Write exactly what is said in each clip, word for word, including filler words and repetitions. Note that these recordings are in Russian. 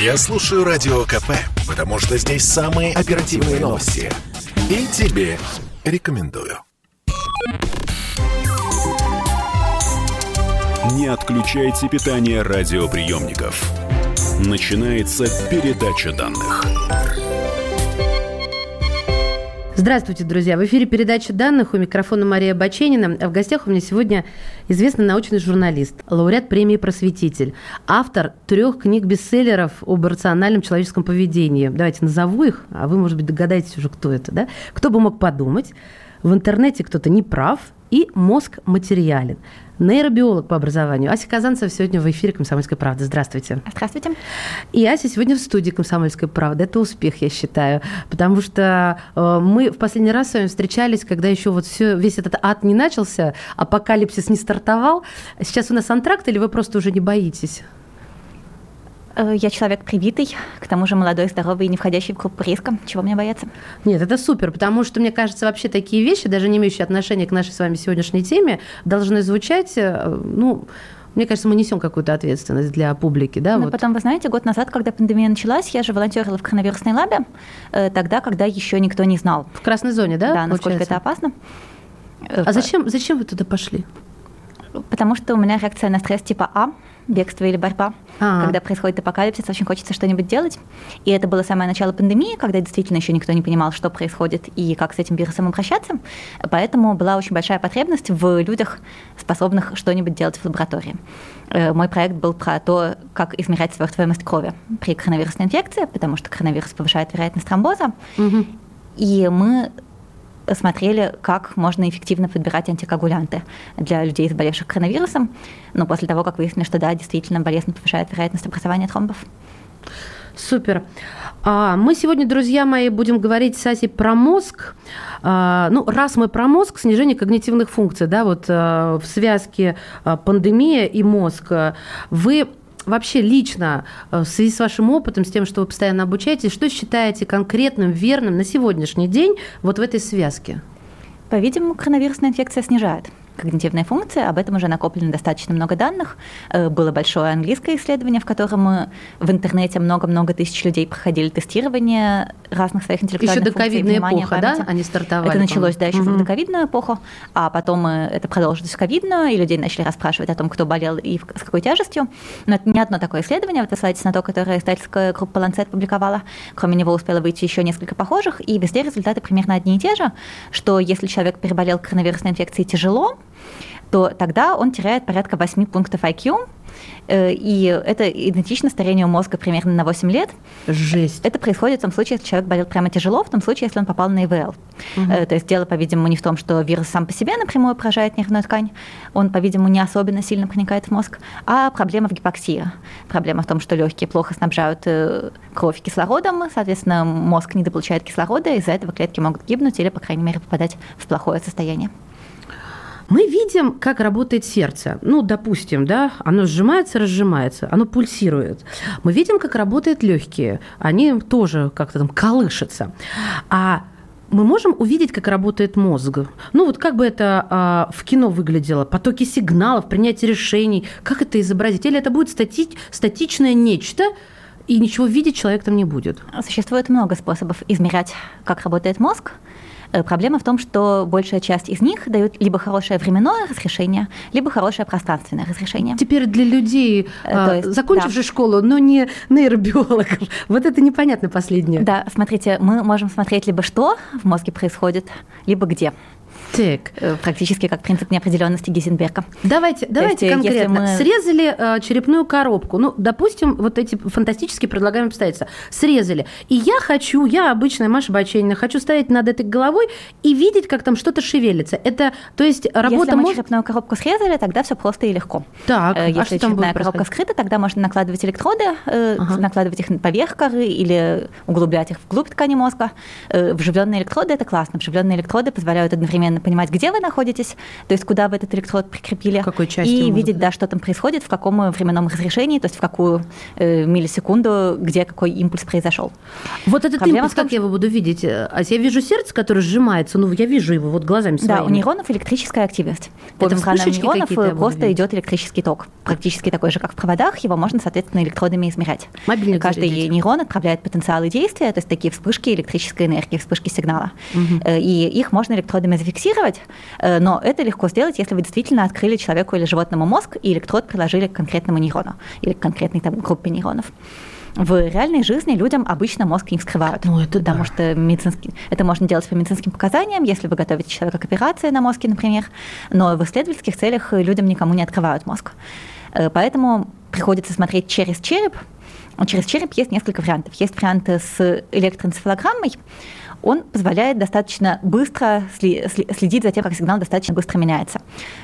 Я слушаю Радио КП, потому что здесь самые оперативные новости. И тебе рекомендую. Не отключайте питание радиоприемников. Начинается передача данных. Здравствуйте, друзья. В эфире передача данных. У микрофона Мария Баченина. А в гостях у меня сегодня известный научный журналист, лауреат премии «Просветитель», автор трех книг-бестселлеров об рациональном человеческом поведении. Давайте назову их, а вы, может быть, догадаетесь уже, кто это. Да? Кто бы мог подумать? В интернете кто-то не прав, и мозг материален. Нейробиолог по образованию. Ася Казанцева сегодня в эфире «Комсомольской правды». Здравствуйте. Здравствуйте. И Ася сегодня в студии «Комсомольской правды». Это успех, я считаю. Потому что э, мы в последний раз с вами встречались, когда еще вот все, весь этот ад не начался, апокалипсис не стартовал. Сейчас у нас антракт, или вы просто уже не боитесь? Я человек привитый, к тому же молодой, здоровый и не входящий в группу риска. Чего мне бояться? Нет, это супер, потому что, мне кажется, вообще такие вещи, даже не имеющие отношения к нашей с вами сегодняшней теме, должны звучать, ну, мне кажется, мы несем какую-то ответственность для публики. Да, Но вот. Потом, вы знаете, год назад, когда пандемия началась, я же волонтерила в коронавирусной лабе, тогда, когда еще никто не знал. В красной зоне, да? Да, насколько получается? это опасно. А зачем, зачем вы туда пошли? Потому что у меня реакция на стресс типа А, бегство или борьба. А-а-а. Когда происходит апокалипсис, очень хочется что-нибудь делать. И это было самое начало пандемии, когда действительно еще никто не понимал, что происходит и как с этим вирусом обращаться. Поэтому была очень большая потребность в людях, способных что-нибудь делать в лаборатории. Мой проект был про то, как измерять свертываемость крови при коронавирусной инфекции, потому что коронавирус повышает вероятность тромбоза. Угу. И мы смотрели, как можно эффективно подбирать антикоагулянты для людей, заболевших коронавирусом, но после того, как выяснили, что да, действительно болезнь повышает вероятность образования тромбов. Супер. Мы сегодня, друзья мои, будем говорить с Асей про мозг. Ну, раз мы про мозг, снижение когнитивных функций, да, вот в связке пандемия и мозг, вы вообще лично, в связи с вашим опытом, с тем, что вы постоянно обучаетесь, что считаете конкретным, верным на сегодняшний день вот в этой связке? По-видимому, коронавирусная инфекция снижает когнитивные функции, об этом уже накоплено достаточно много данных. Было большое английское исследование, в котором в интернете много-много тысяч людей проходили тестирование разных своих интеллектуальных еще функций. Еще доковидная эпоха, да? Они стартовали. Это началось, да, еще угу. в доковидную эпоху, а потом это продолжилось в ковидную, и людей начали расспрашивать о том, кто болел и с какой тяжестью. Но это не одно такое исследование, вот вы ссылаетесь на то, которое издательская группа Lancet публиковала. Кроме него успело выйти еще несколько похожих, и везде результаты примерно одни и те же, что если человек переболел коронавирусной инфекцией тяжело, то тогда он теряет порядка восемь пунктов ай кью, и это идентично старению мозга примерно на восемь лет. Жесть. Это происходит в том случае, если человек болел прямо тяжело, в том случае, если он попал на и вэ эл. Угу. То есть дело, по-видимому, не в том, что вирус сам по себе напрямую поражает нервную ткань, он, по-видимому, не особенно сильно проникает в мозг, а проблема в гипоксии. Проблема в том, что легкие плохо снабжают кровь кислородом, соответственно, мозг недополучает кислорода, из-за этого клетки могут гибнуть или, по крайней мере, попадать в плохое состояние. Мы видим, как работает сердце. Ну, допустим, да, оно сжимается, разжимается, оно пульсирует. Мы видим, как работают легкие. Они тоже как-то там колышутся. А мы можем увидеть, как работает мозг. Ну, вот как бы это а, в кино выглядело? Потоки сигналов, принятие решений. Как это изобразить? Или это будет стати... статичное нечто, и ничего видеть человек там не будет? Существует много способов измерять, как работает мозг. Проблема в том, что большая часть из них дают либо хорошее временное разрешение, либо хорошее пространственное разрешение. Теперь для людей, То есть, закончивших да. школу, но не нейробиологов, вот это непонятно последнее. Да, смотрите, мы можем смотреть либо что в мозге происходит, либо где. Так. Практически как принцип неопределенности Гейзенберга. Давайте, давайте есть, конкретно. мы... Срезали э, черепную коробку. Ну, допустим, вот эти фантастически предлагаемые обстоятельства. Срезали. И я хочу, я обычная Маша Баченина, хочу стоять над этой головой и видеть, как там что-то шевелится. Это, то есть, работа Если мы мозг... черепную коробку срезали, тогда все просто и легко. Так, Если а что там черепная будет коробка скрыта, тогда можно накладывать электроды, ага. накладывать их поверх коры или углублять их вглубь ткани мозга. Вживленные электроды – это классно. Вживленные электроды позволяют одновременно понимать, где вы находитесь, то есть куда вы этот электрод прикрепили, в какой части и мозга, видеть, да, что там происходит, в каком временном разрешении, то есть в какую э, миллисекунду, где какой импульс произошел. Вот этот Проблема импульс, в том, как я его буду видеть? А я вижу сердце, которое сжимается, ну, я вижу его вот глазами своими. Да, у нейронов электрическая активность. По мембранам нейронов просто идет электрический ток, практически такой же, как в проводах, его можно, соответственно, электродами измерять. Мобильник Каждый зарядить. нейрон отправляет потенциалы действия, то есть такие вспышки электрической энергии, вспышки сигнала. Угу. И их можно электродами зафиксировать, но это легко сделать, если вы действительно открыли человеку или животному мозг, и электрод приложили к конкретному нейрону или к конкретной там, группе нейронов. В реальной жизни людям обычно мозг не вскрывают, ну, это потому да. что медицинский... это можно делать по медицинским показаниям, если вы готовите человека к операции на мозге, например, но в исследовательских целях людям никому не открывают мозг. Поэтому приходится смотреть через череп. Через череп есть несколько вариантов. Есть варианты с электроэнцефалограммой. Он позволяет достаточно быстро следить за тем, как сигнал достаточно быстро меняется.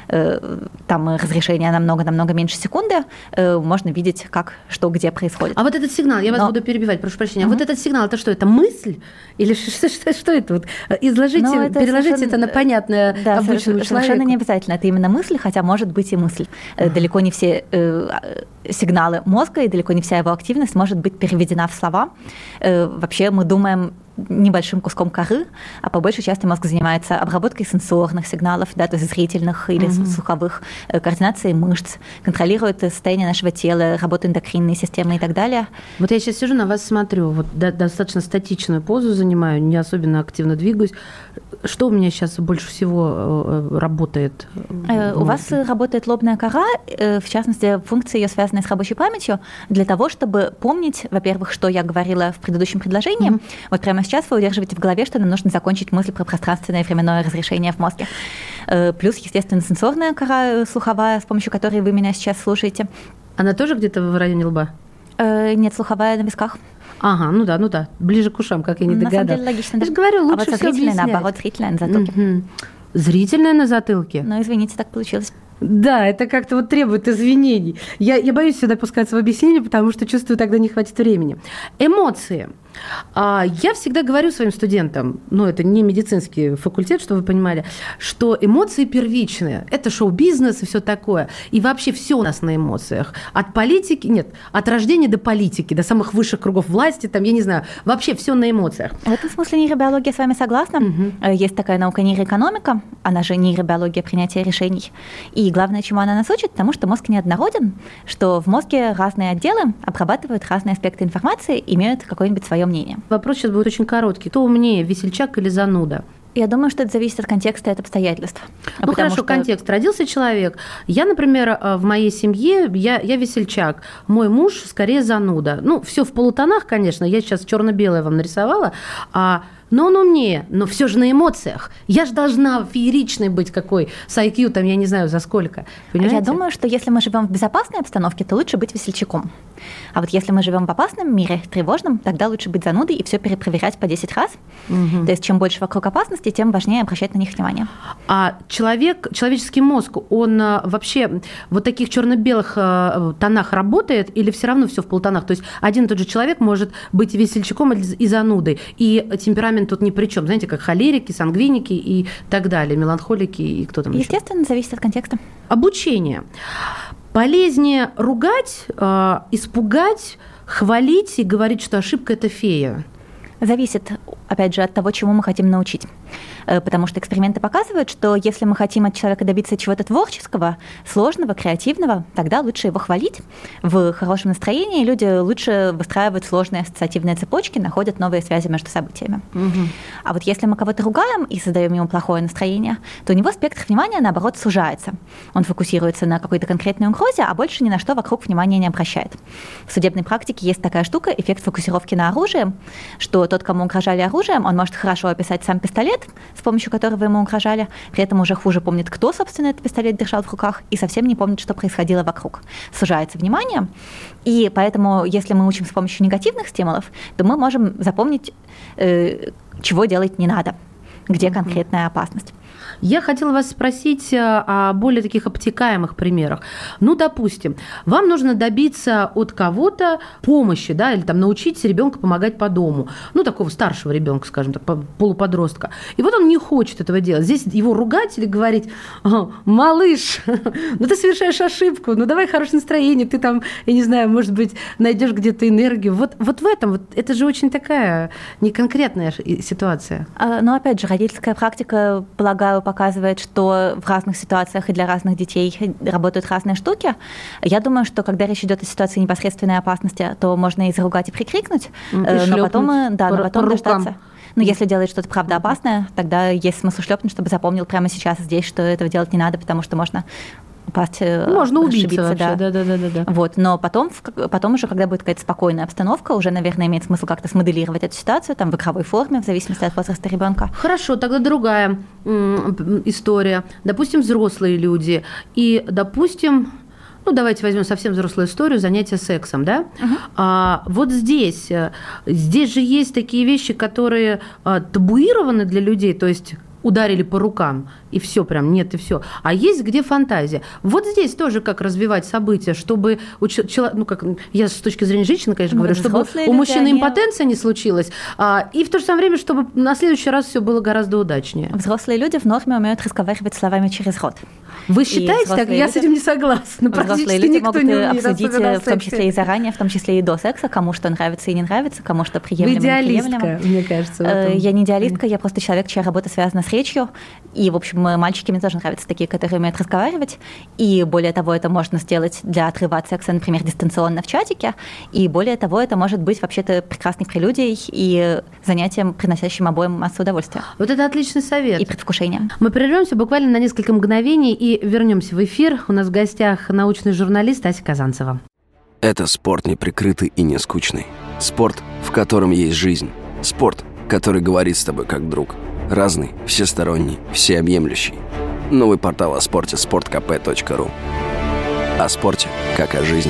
Там разрешение намного-намного меньше секунды, можно видеть, как, что, где происходит. А вот этот сигнал, я вас Но... буду перебивать, прошу прощения, а mm-hmm. вот этот сигнал, это что, это мысль? Или что, что, что это? Вот? Изложите, ну, это переложите совершенно... это на понятное да, обычному человеку. Совершенно не обязательно, это именно мысль, хотя может быть и мысль. Mm-hmm. Далеко не все э, сигналы мозга и далеко не вся его активность может быть переведена в слова. Э, вообще мы думаем небольшим куском коры, а по большей части мозг занимается обработкой сенсорных сигналов, да, то есть зрительных или mm-hmm. слуховых, координацией мышц, контролирует состояние нашего тела, работу эндокринной системы и так далее. Вот я сейчас сижу на вас смотрю, вот достаточно статичную позу занимаю, не особенно активно двигаюсь. Что у меня сейчас больше всего работает? У вас работает лобная кора, в частности, функции ее связаны с рабочей памятью, для того, чтобы помнить, во-первых, что я говорила в предыдущем предложении. Mm-hmm. Вот прямо сейчас вы удерживаете в голове, что нам нужно закончить мысль про пространственное и временное разрешение в мозге. Плюс, естественно, сенсорная кора слуховая, с помощью которой вы меня сейчас слушаете. Она тоже где-то в районе лба? Нет, слуховая на висках. Ага, ну да, ну да, ближе к ушам, как я не догадалась. На самом деле логично. Я же говорю, лучше а вот все зрительная, объяснять. наоборот, зрительная на затылке. Угу. Зрительная на затылке? Ну, извините, так получилось. Да, это как-то вот требует извинений. Я, я боюсь сюда пускаться в объяснение, потому что чувствую, тогда не хватит времени. Эмоции. Я всегда говорю своим студентам, ну, это не медицинский факультет, чтобы вы понимали, что эмоции первичные. Это шоу-бизнес и все такое. И вообще все у нас на эмоциях. От политики, нет, от рождения до политики, до самых высших кругов власти, там, я не знаю, вообще все на эмоциях. В этом смысле нейробиология с вами согласна. Угу. Есть такая наука нейроэкономика, она же нейробиология принятия решений. И главное, чему она нас учит, потому что мозг неоднороден, что в мозге разные отделы обрабатывают разные аспекты информации, имеют какое-нибудь свое мнение. Вопрос сейчас будет очень короткий. Кто умнее, весельчак или зануда? Я думаю, что это зависит от контекста и от обстоятельств. Ну хорошо, что... контекст. Родился человек. Я, например, в моей семье, я, я весельчак. Мой муж скорее зануда. Ну, все в полутонах, конечно. Я сейчас черно-белое вам нарисовала. А... Но он умнее, но все же на эмоциях. Я же должна фееричной быть какой, с ай кью там, я не знаю, за сколько. Понимаете? Я думаю, что если мы живем в безопасной обстановке, то лучше быть весельчаком. А вот если мы живем в опасном мире, тревожном, тогда лучше быть занудой и все перепроверять по десять раз. Угу. То есть чем больше вокруг опасности, тем важнее обращать на них внимание. А человек, человеческий мозг, он вообще в вот таких черно-белых тонах работает или все равно все в полутонах? То есть один и тот же человек может быть весельчаком и занудой, и темперамент тут ни при чем. Знаете, как холерики, сангвиники и так далее, меланхолики и кто там Естественно, еще? Зависит от контекста. Обучение. Полезнее ругать, испугать, хвалить и говорить, что ошибка – это фея? Зависит, опять же, от того, чему мы хотим научить. Потому что эксперименты показывают, что если мы хотим от человека добиться чего-то творческого, сложного, креативного, тогда лучше его хвалить. В хорошем настроении люди лучше выстраивают сложные ассоциативные цепочки, находят новые связи между событиями. Угу. А вот если мы кого-то ругаем и создаем ему плохое настроение, то у него спектр внимания, наоборот, сужается. Он фокусируется на какой-то конкретной угрозе, а больше ни на что вокруг внимания не обращает. В судебной практике есть такая штука, эффект фокусировки на оружие, что тот, кому угрожали оружием, он может хорошо описать сам пистолет, с помощью которого ему угрожали, при этом уже хуже помнит, кто, собственно, этот пистолет держал в руках, и совсем не помнит, что происходило вокруг. Сужается внимание, и поэтому, если мы учим с помощью негативных стимулов, то мы можем запомнить, э, чего делать не надо, где конкретная опасность. Я хотела вас спросить о более таких обтекаемых примерах. Ну, допустим, вам нужно добиться от кого-то помощи, да, или там научить ребенка помогать по дому. Ну, такого старшего ребенка, скажем так, полуподростка. И вот он не хочет этого делать. Здесь его ругать или говорить: малыш, ну ты совершаешь ошибку, ну давай хорошее настроение, ты там, я не знаю, может быть, найдешь где-то энергию. Вот, вот в этом, вот это же очень такая неконкретная ситуация. Но опять же, родительская практика, полагаю, показывает, что в разных ситуациях и для разных детей работают разные штуки. Я думаю, что когда речь идет о ситуации непосредственной опасности, то можно и заругать, и прикрикнуть, и но потом, да, но потом дождаться. Но если делает что-то правда опасное, тогда есть смысл шлепнуть, чтобы запомнил прямо сейчас здесь, что этого делать не надо, потому что можно упасть, можно убиться вообще, да. Да, да, да, да. Вот, но потом, потом уже, когда будет какая-то спокойная обстановка, уже, наверное, имеет смысл как-то смоделировать эту ситуацию там в игровой форме, в зависимости от возраста ребенка. Хорошо, тогда другая м- история. Допустим, взрослые люди и, допустим, ну, давайте возьмем совсем взрослую историю, занятия сексом, да? Uh-huh. А, вот здесь, здесь же есть такие вещи, которые а, табуированы для людей, то есть ударили по рукам, и все прям, нет, и все. А есть где фантазия. Вот здесь тоже как развивать события, чтобы, у человека, ну, как я с точки зрения женщины, конечно, ну, говорю, чтобы у мужчины они... импотенция не случилась, а, и в то же самое время, чтобы на следующий раз все было гораздо удачнее. Взрослые люди в норме умеют разговаривать словами через рот. Вы считаете так? Я люди... с этим не согласна. Взрослые люди могут не обсудить, в том числе и заранее, в том числе и до секса, кому что нравится и не нравится, кому что приемлемо и неприемлемо. Вы идеалистка, мне кажется. Я не идеалистка, я просто человек, чья работа связана с речью. И, в общем, мальчики мне тоже нравятся такие, которые умеют разговаривать. И, более того, это можно сделать для отрыва от секса, например, дистанционно в чатике. И, более того, это может быть вообще-то прекрасной прелюдией и занятием, приносящим обоим массу удовольствия. Вот это отличный совет. И предвкушение. Мы прервемся буквально на несколько мгновений и вернемся в эфир. У нас в гостях научный журналист Ася Казанцева. Это спорт неприкрытый и не скучный. Спорт, в котором есть жизнь. Спорт, который говорит с тобой как друг. Разный, всесторонний, всеобъемлющий. Новый портал о спорте – спорт кэ пэ точка ру. О спорте, как о жизни.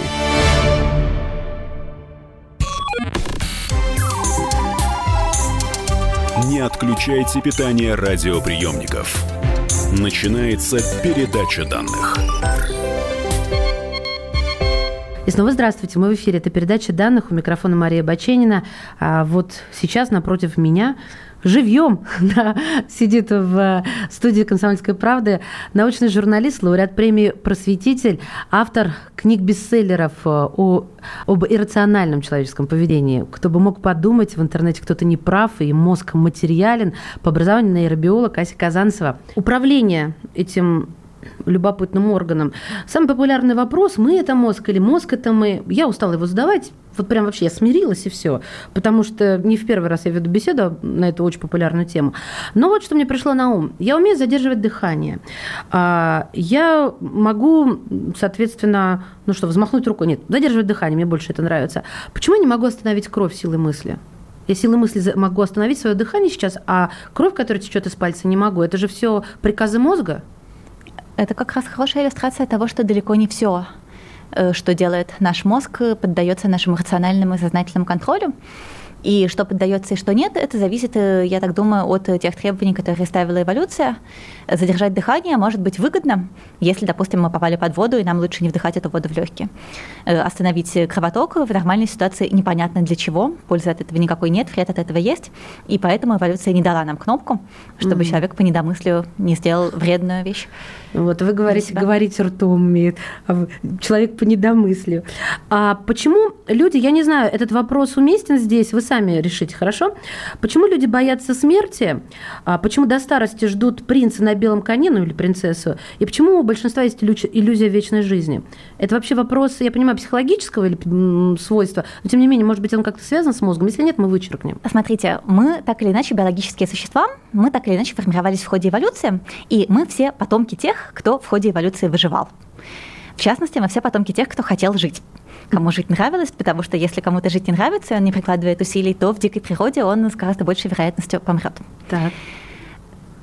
Не отключайте питание радиоприемников. Начинается передача данных. И снова здравствуйте, мы в эфире. Это передача данных, у микрофона Мария Баченина. А вот сейчас напротив меня живьем да, сидит в студии «Комсомольской правды» научный журналист, лауреат премии «Просветитель», автор книг-бестселлеров о, об иррациональном человеческом поведении. Кто бы мог подумать, в интернете кто-то не прав, и мозг материален. По образованию нейробиолог Ася Казанцева. Управление этим любопытным органом. Самый популярный вопрос: мы это мозг или мозг это мы? Я устала его задавать. Вот прям вообще я смирилась и все. Потому что не в первый раз я веду беседу на эту очень популярную тему. Но вот что мне пришло на ум. Я умею задерживать дыхание. Я могу, соответственно, ну что, взмахнуть рукой. Нет, задерживать дыхание, мне больше это нравится. Почему я не могу остановить кровь силой мысли? Я силой мысли могу остановить свое дыхание сейчас, а кровь, которая течет из пальца, не могу. Это же все приказы мозга? Это как раз хорошая иллюстрация того, что далеко не все, что делает наш мозг, поддается нашему рациональному и сознательному контролю. И что поддается и что нет, это зависит, я так думаю, от тех требований, которые ставила эволюция. Задержать дыхание может быть выгодно, если, допустим, мы попали под воду, и нам лучше не вдыхать эту воду в легкие. Остановить кровоток в нормальной ситуации непонятно для чего, пользы от этого никакой нет, вред от этого есть, и поэтому эволюция не дала нам кнопку, чтобы mm-hmm. человек по недомыслию не сделал вредную вещь. Вот вы говорите, говорить ртом умеет, а человек по недомыслию. А почему люди, я не знаю, этот вопрос уместен здесь, вы сами решите, хорошо? Почему люди боятся смерти? А почему до старости ждут принца на белом коне, ну или принцессу? И почему у большинства есть иллюзия вечной жизни? Это вообще вопрос, я понимаю, психологического или свойства, но тем не менее, может быть, он как-то связан с мозгом? Если нет, мы вычеркнем. Смотрите, мы так или иначе биологические существа, мы так или иначе формировались в ходе эволюции, и мы все потомки тех, кто в ходе эволюции выживал. В частности, мы все потомки тех, кто хотел жить. Кому жить нравилось, потому что если кому-то жить не нравится, он не прикладывает усилий, то в дикой природе он с гораздо большей вероятностью помрет. Так.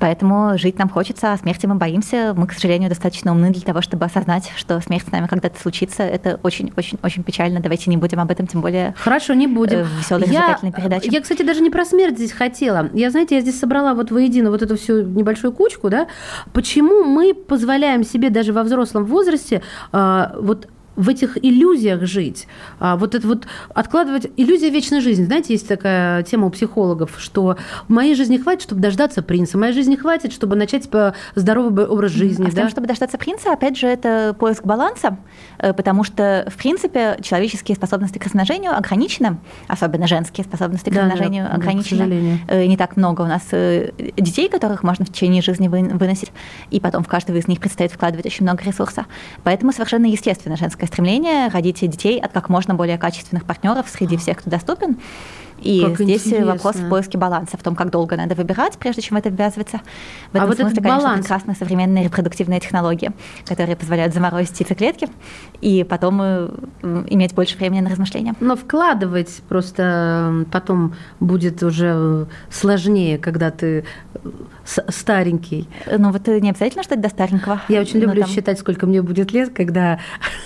Поэтому жить нам хочется, а смерти мы боимся. Мы, к сожалению, достаточно умны для того, чтобы осознать, что смерть с нами когда-то случится. Это очень-очень-очень печально. Давайте не будем об этом, тем более. Хорошо, не будем. В веселой развлекательной передаче. Я, кстати, даже не про смерть здесь хотела. Я, знаете, я здесь собрала вот воедино вот эту всю небольшую кучку, да. Почему мы позволяем себе даже во взрослом возрасте э, вот в этих иллюзиях жить, вот это вот откладывать иллюзия вечной жизни. Знаете, есть такая тема у психологов, что моей жизни хватит, чтобы дождаться принца, моей жизни хватит, чтобы начать здоровый образ жизни. А да? тем, чтобы дождаться принца, опять же, это поиск баланса, потому что, в принципе, человеческие способности к размножению ограничены, особенно женские способности к да, размножению да, ограничены. Да, не так много у нас детей, которых можно в течение жизни выносить, и потом в каждого из них предстоит вкладывать очень много ресурса. Поэтому совершенно естественно женское стремление родить детей от как можно более качественных партнеров среди всех, кто доступен. И как здесь интересно. Вопрос в поиске баланса, в том, как долго надо выбирать, прежде чем в это ввязываться. В этом а вот смысле, конечно, баланс. Прекрасные современные репродуктивные технологии, которые позволяют заморозить яйцеклетки и потом иметь больше времени на размышления. Но вкладывать просто потом будет уже сложнее, когда ты старенький. Ну вот не обязательно ждать до старенького. Я очень люблю там... считать, сколько мне будет лет, когда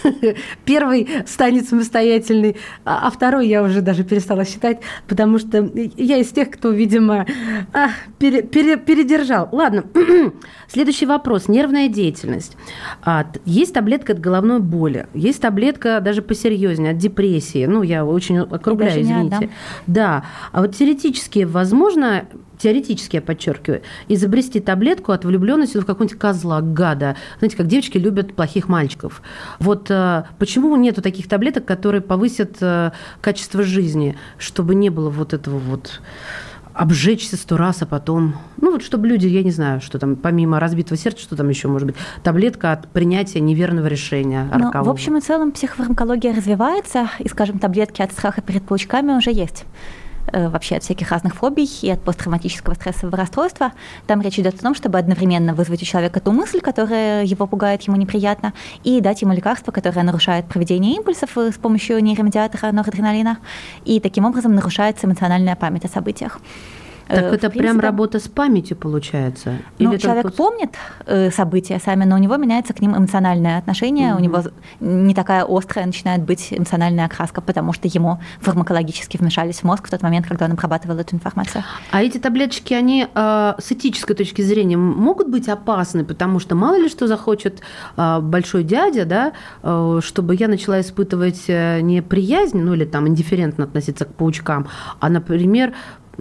первый станет самостоятельный, а второй я уже даже перестала считать, потому что я из тех, кто, видимо, а, пере, пере, передержал. Ладно, следующий вопрос. Нервная деятельность. А, есть таблетка от головной боли, есть таблетка даже посерьезнее, от депрессии. Ну, я очень округляю, извините. Да, а вот теоретически возможно... Теоретически, я подчеркиваю, изобрести таблетку от влюбленности в какого-нибудь козла, гада. Знаете, как девочки любят плохих мальчиков. Вот э, почему нету таких таблеток, которые повысят э, качество жизни, чтобы не было вот этого вот обжечься сто раз, а потом... Ну, вот чтобы люди, я не знаю, что там, помимо разбитого сердца, что там еще может быть, таблетка от принятия неверного решения, рокового. Ну, в общем и целом психофармакология развивается, и, скажем, таблетки от страха перед паучками уже есть. Вообще от всяких разных фобий и от посттравматического стрессового расстройства. Там речь идет о том, чтобы одновременно вызвать у человека ту мысль, которая его пугает, ему неприятно, и дать ему лекарство, которое нарушает проведение импульсов с помощью нейромедиатора норадреналина, и таким образом нарушается эмоциональная память о событиях. Так это принципе, прям работа с памятью получается? Ну, Или человек только... помнит э, события сами, но у него меняется к ним эмоциональное отношение, mm-hmm. у него не такая острая начинает быть эмоциональная окраска, потому что ему фармакологически вмешались в мозг в тот момент, когда он обрабатывал эту информацию. А эти таблеточки, они э, с этической точки зрения могут быть опасны, потому что мало ли что захочет э, большой дядя, да, э, чтобы я начала испытывать не приязнь, ну или там индифферентно относиться к паучкам, а, например,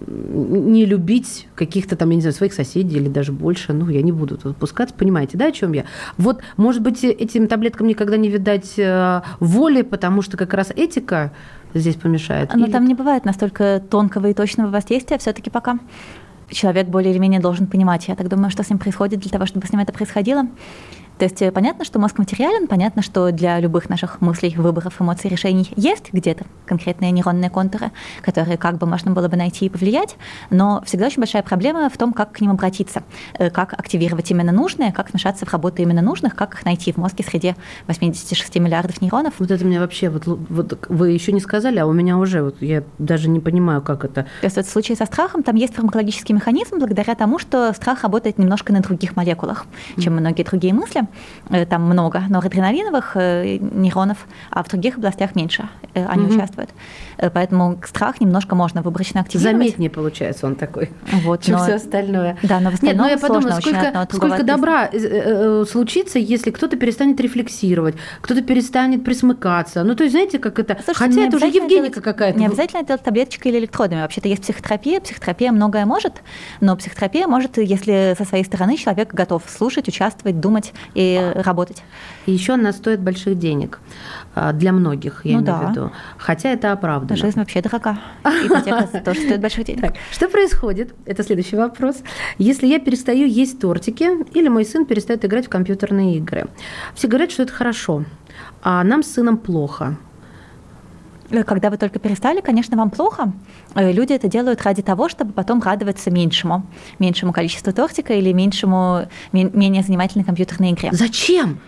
не любить каких-то там, я не знаю, своих соседей или даже больше, ну, я не буду тут опускаться, понимаете, да, о чем я? Вот, может быть, этим таблеткам никогда не видать воли, потому что как раз этика здесь помешает. Но или... там не бывает настолько тонкого и точного воздействия все-таки пока. Человек более или менее должен понимать, я так думаю, что с ним происходит для того, чтобы с ним это происходило. То есть понятно, что мозг материален, понятно, что для любых наших мыслей, выборов, эмоций, решений есть где-то конкретные нейронные контуры, которые как бы можно было бы найти и повлиять, но всегда очень большая проблема в том, как к ним обратиться, как активировать именно нужные, как вмешаться в работу именно нужных, как их найти в мозге среди восемьдесят шесть миллиардов нейронов. Вот это мне вообще, вот, вот вы еще не сказали, а у меня уже, вот я даже не понимаю, как это. То есть вот в случае со страхом там есть фармакологический механизм благодаря тому, что страх работает немножко на других молекулах, чем многие другие мысли. Там много норадреналиновых нейронов, а в других областях меньше они mm-hmm. участвуют. Поэтому страх немножко можно выборочно активировать. Заметнее получается он такой, вот, чем но... все остальное. Да, но в остальном Нет, но я сложно подумала, сколько, сколько добра случится, если кто-то перестанет рефлексировать, кто-то перестанет присмыкаться. Ну, то есть, знаете, как это... Слушайте, хотя это уже Евгеника делать, какая-то. Не обязательно делать таблеточкой или электродами. Вообще-то есть психотерапия. Психотерапия многое может, но психотерапия может, если со своей стороны человек готов слушать, участвовать, думать и работать. И еще она стоит больших денег для многих, я ну имею да. в виду. Хотя это оправдано. Жизнь вообще дорога. Ипотека тоже стоит больших денег. Так, что происходит? Это следующий вопрос. Если я перестаю есть тортики, или мой сын перестает играть в компьютерные игры. Все говорят, что это хорошо, а нам с сыном плохо. Когда вы только перестали, конечно, вам плохо. Люди это делают ради того, чтобы потом радоваться меньшему. Меньшему количеству тортика или меньшему, менее занимательной компьютерной игре. Зачем?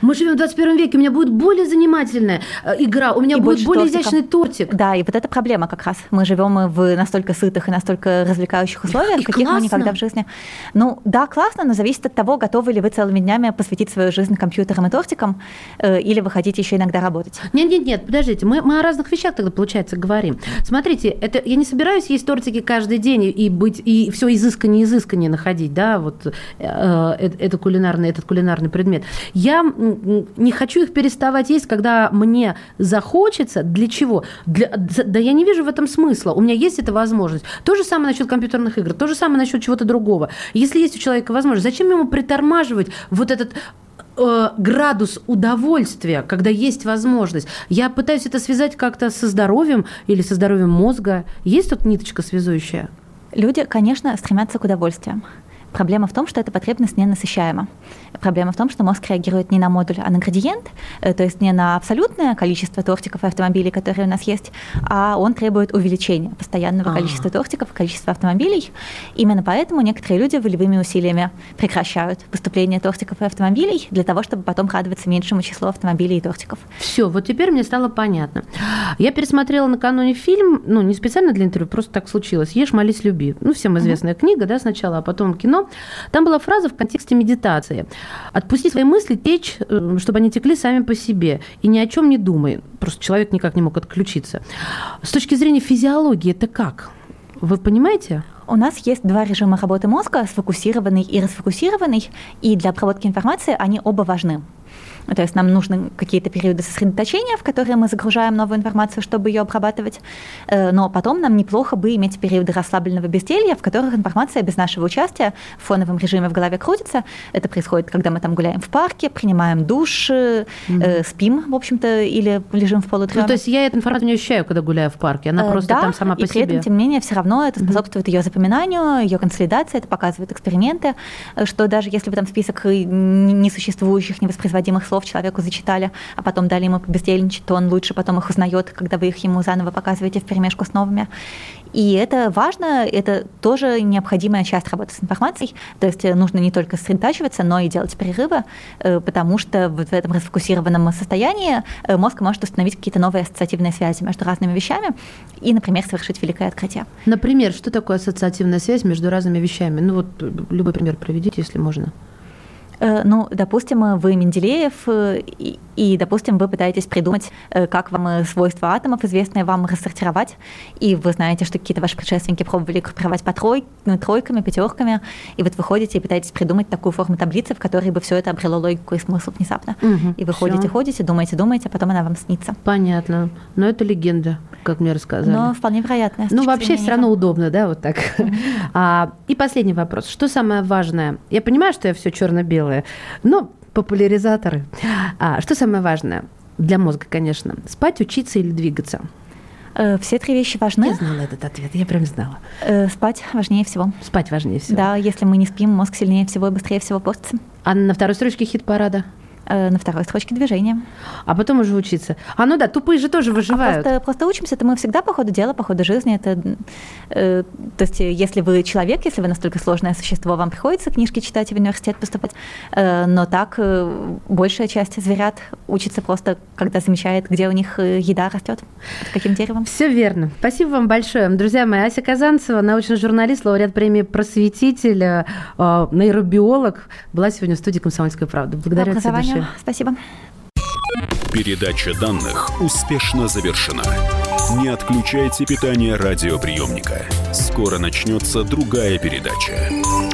Мы живем в двадцать первом веке, у меня будет более занимательная игра, у меня и будет более тортика. Изящный тортик. Да, и вот эта проблема как раз. Мы живем в настолько сытых и настолько развлекающих условиях, и каких классно. Мы никогда в жизни. Ну, да, классно, но зависит от того, готовы ли вы целыми днями посвятить свою жизнь компьютерам и тортикам, э, или вы хотите еще иногда работать. Нет-нет-нет, подождите, мы, мы о разных вещах тогда, получается, говорим. Смотрите, это, я не собираюсь есть тортики каждый день и быть, и все изысканнее-изысканнее находить, да, вот э, э, это кулинарный, этот кулинарный предмет. Я не хочу их переставать есть, когда мне захочется. Для чего? Для, да я не вижу в этом смысла. У меня есть эта возможность. То же самое насчет компьютерных игр, то же самое насчет чего-то другого. Если есть у человека возможность, зачем ему притормаживать вот этот э, градус удовольствия, когда есть возможность? Я пытаюсь это связать как-то со здоровьем или со здоровьем мозга. Есть тут ниточка связующая? Люди, конечно, стремятся к удовольствию. Проблема в том, что эта потребность ненасыщаема. Проблема в том, что мозг реагирует не на модуль, а на градиент, то есть не на абсолютное количество тортиков и автомобилей, которые у нас есть, а он требует увеличения постоянного А-а-а. количества тортиков и количества автомобилей. Именно поэтому некоторые люди волевыми усилиями прекращают поступление тортиков и автомобилей для того, чтобы потом радоваться меньшему числу автомобилей и тортиков. Все, вот теперь мне стало понятно. Я пересмотрела накануне фильм, ну, не специально для интервью, просто так случилось. «Ешь, молись, люби». Ну, всем известная uh-huh. книга, да, сначала, а потом кино. Там была фраза в контексте медитации. «Отпусти свои мысли течь, чтобы они текли сами по себе. И ни о чем не думай». Просто человек никак не мог отключиться. С точки зрения физиологии, это как? Вы понимаете? У нас есть два режима работы мозга, сфокусированный и расфокусированный, и для обработки информации они оба важны. То есть нам нужны какие-то периоды сосредоточения, в которые мы загружаем новую информацию, чтобы ее обрабатывать. Но потом нам неплохо бы иметь периоды расслабленного безделья, в которых информация без нашего участия в фоновом режиме в голове крутится. Это происходит, когда мы там гуляем в парке, принимаем душ, mm-hmm. э, спим, в общем-то, или лежим в полудреме. Ну, то есть я эту информацию не ощущаю, когда гуляю в парке, она просто да, там сама по себе. себе. И при этом, тем не менее, все равно это способствует mm-hmm. ее запоминанию, ее консолидации, это показывают эксперименты, что даже если вы там список несуществующих, невоспроизводимых слов человеку зачитали, а потом дали ему побездельничать, то он лучше потом их узнает, когда вы их ему заново показываете вперемешку с новыми. И это важно, это тоже необходимая часть работы с информацией. То есть нужно не только сосредотачиваться, но и делать перерывы, потому что вот в этом расфокусированном состоянии мозг может установить какие-то новые ассоциативные связи между разными вещами и, например, совершить великое открытие. Например, что такое ассоциативная связь между разными вещами? Ну вот любой пример приведите, если можно. Ну, допустим, вы Менделеев, и, и, допустим, вы пытаетесь придумать, как вам свойства атомов, известные вам, рассортировать, и вы знаете, что какие-то ваши предшественники пробовали группировать по трой, тройками, пятерками, и вот вы ходите и пытаетесь придумать такую форму таблицы, в которой бы все это обрело логику и смысл внезапно. Угу, и вы всё. ходите, ходите, думаете, думаете, а потом она вам снится. Понятно. Но это легенда, как мне рассказали. Но вполне вероятно. Ну, вообще все равно удобно, да, вот так. Угу. А, и последний вопрос. Что самое важное? Я понимаю, что я все черно-белое, но популяризаторы. А что самое важное для мозга, конечно? Спать, учиться или двигаться? Все три вещи важны. Я знала этот ответ, я прям знала. Спать важнее всего. Спать важнее всего. Да, если мы не спим, мозг сильнее всего и быстрее всего портится. А на второй строчке хит-парада? На второй строчке движения. А потом уже учиться. А ну да, тупые же тоже выживают. А просто, просто учимся, это мы всегда по ходу дела, по ходу жизни. Это, э, то есть если вы человек, если вы настолько сложное существо, вам приходится книжки читать и в университет поступать. Э, но так э, большая часть зверят учится просто, когда замечает, где у них еда растет, под каким деревом. Все верно. Спасибо вам большое. Друзья мои, Ася Казанцева, научный журналист, лауреат премии «Просветитель», э, нейробиолог, была сегодня в студии «Комсомольской правды». Благодарю от всей души. Спасибо. Передача данных успешно завершена. Не отключайте питание радиоприемника. Скоро начнется другая передача.